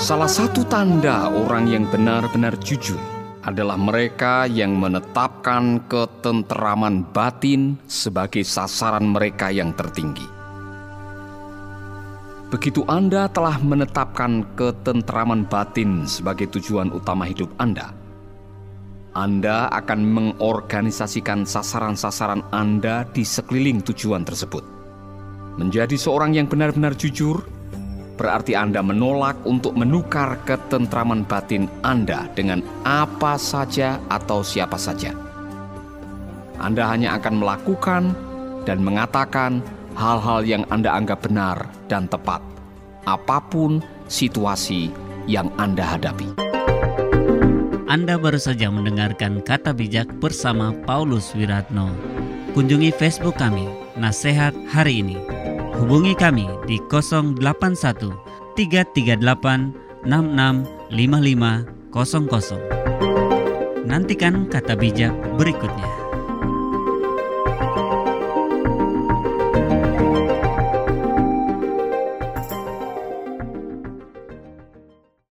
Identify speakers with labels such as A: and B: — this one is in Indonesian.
A: Salah satu tanda orang yang benar-benar jujur adalah mereka yang menetapkan ketenteraman batin sebagai sasaran mereka yang tertinggi. Begitu Anda telah menetapkan ketenteraman batin sebagai tujuan utama hidup Anda akan mengorganisasikan sasaran-sasaran Anda di sekeliling tujuan tersebut. Menjadi seorang yang benar-benar jujur berarti Anda menolak untuk menukar ketentraman batin Anda dengan apa saja atau siapa saja. Anda hanya akan melakukan dan mengatakan hal-hal yang Anda anggap benar dan tepat, apapun situasi yang Anda hadapi.
B: Anda baru saja mendengarkan Kata Bijak bersama Paulus Wiratno. Kunjungi Facebook kami, Nasihat Hari Ini. Hubungi kami di 081 338 665500. Nantikan Kata Bijak berikutnya.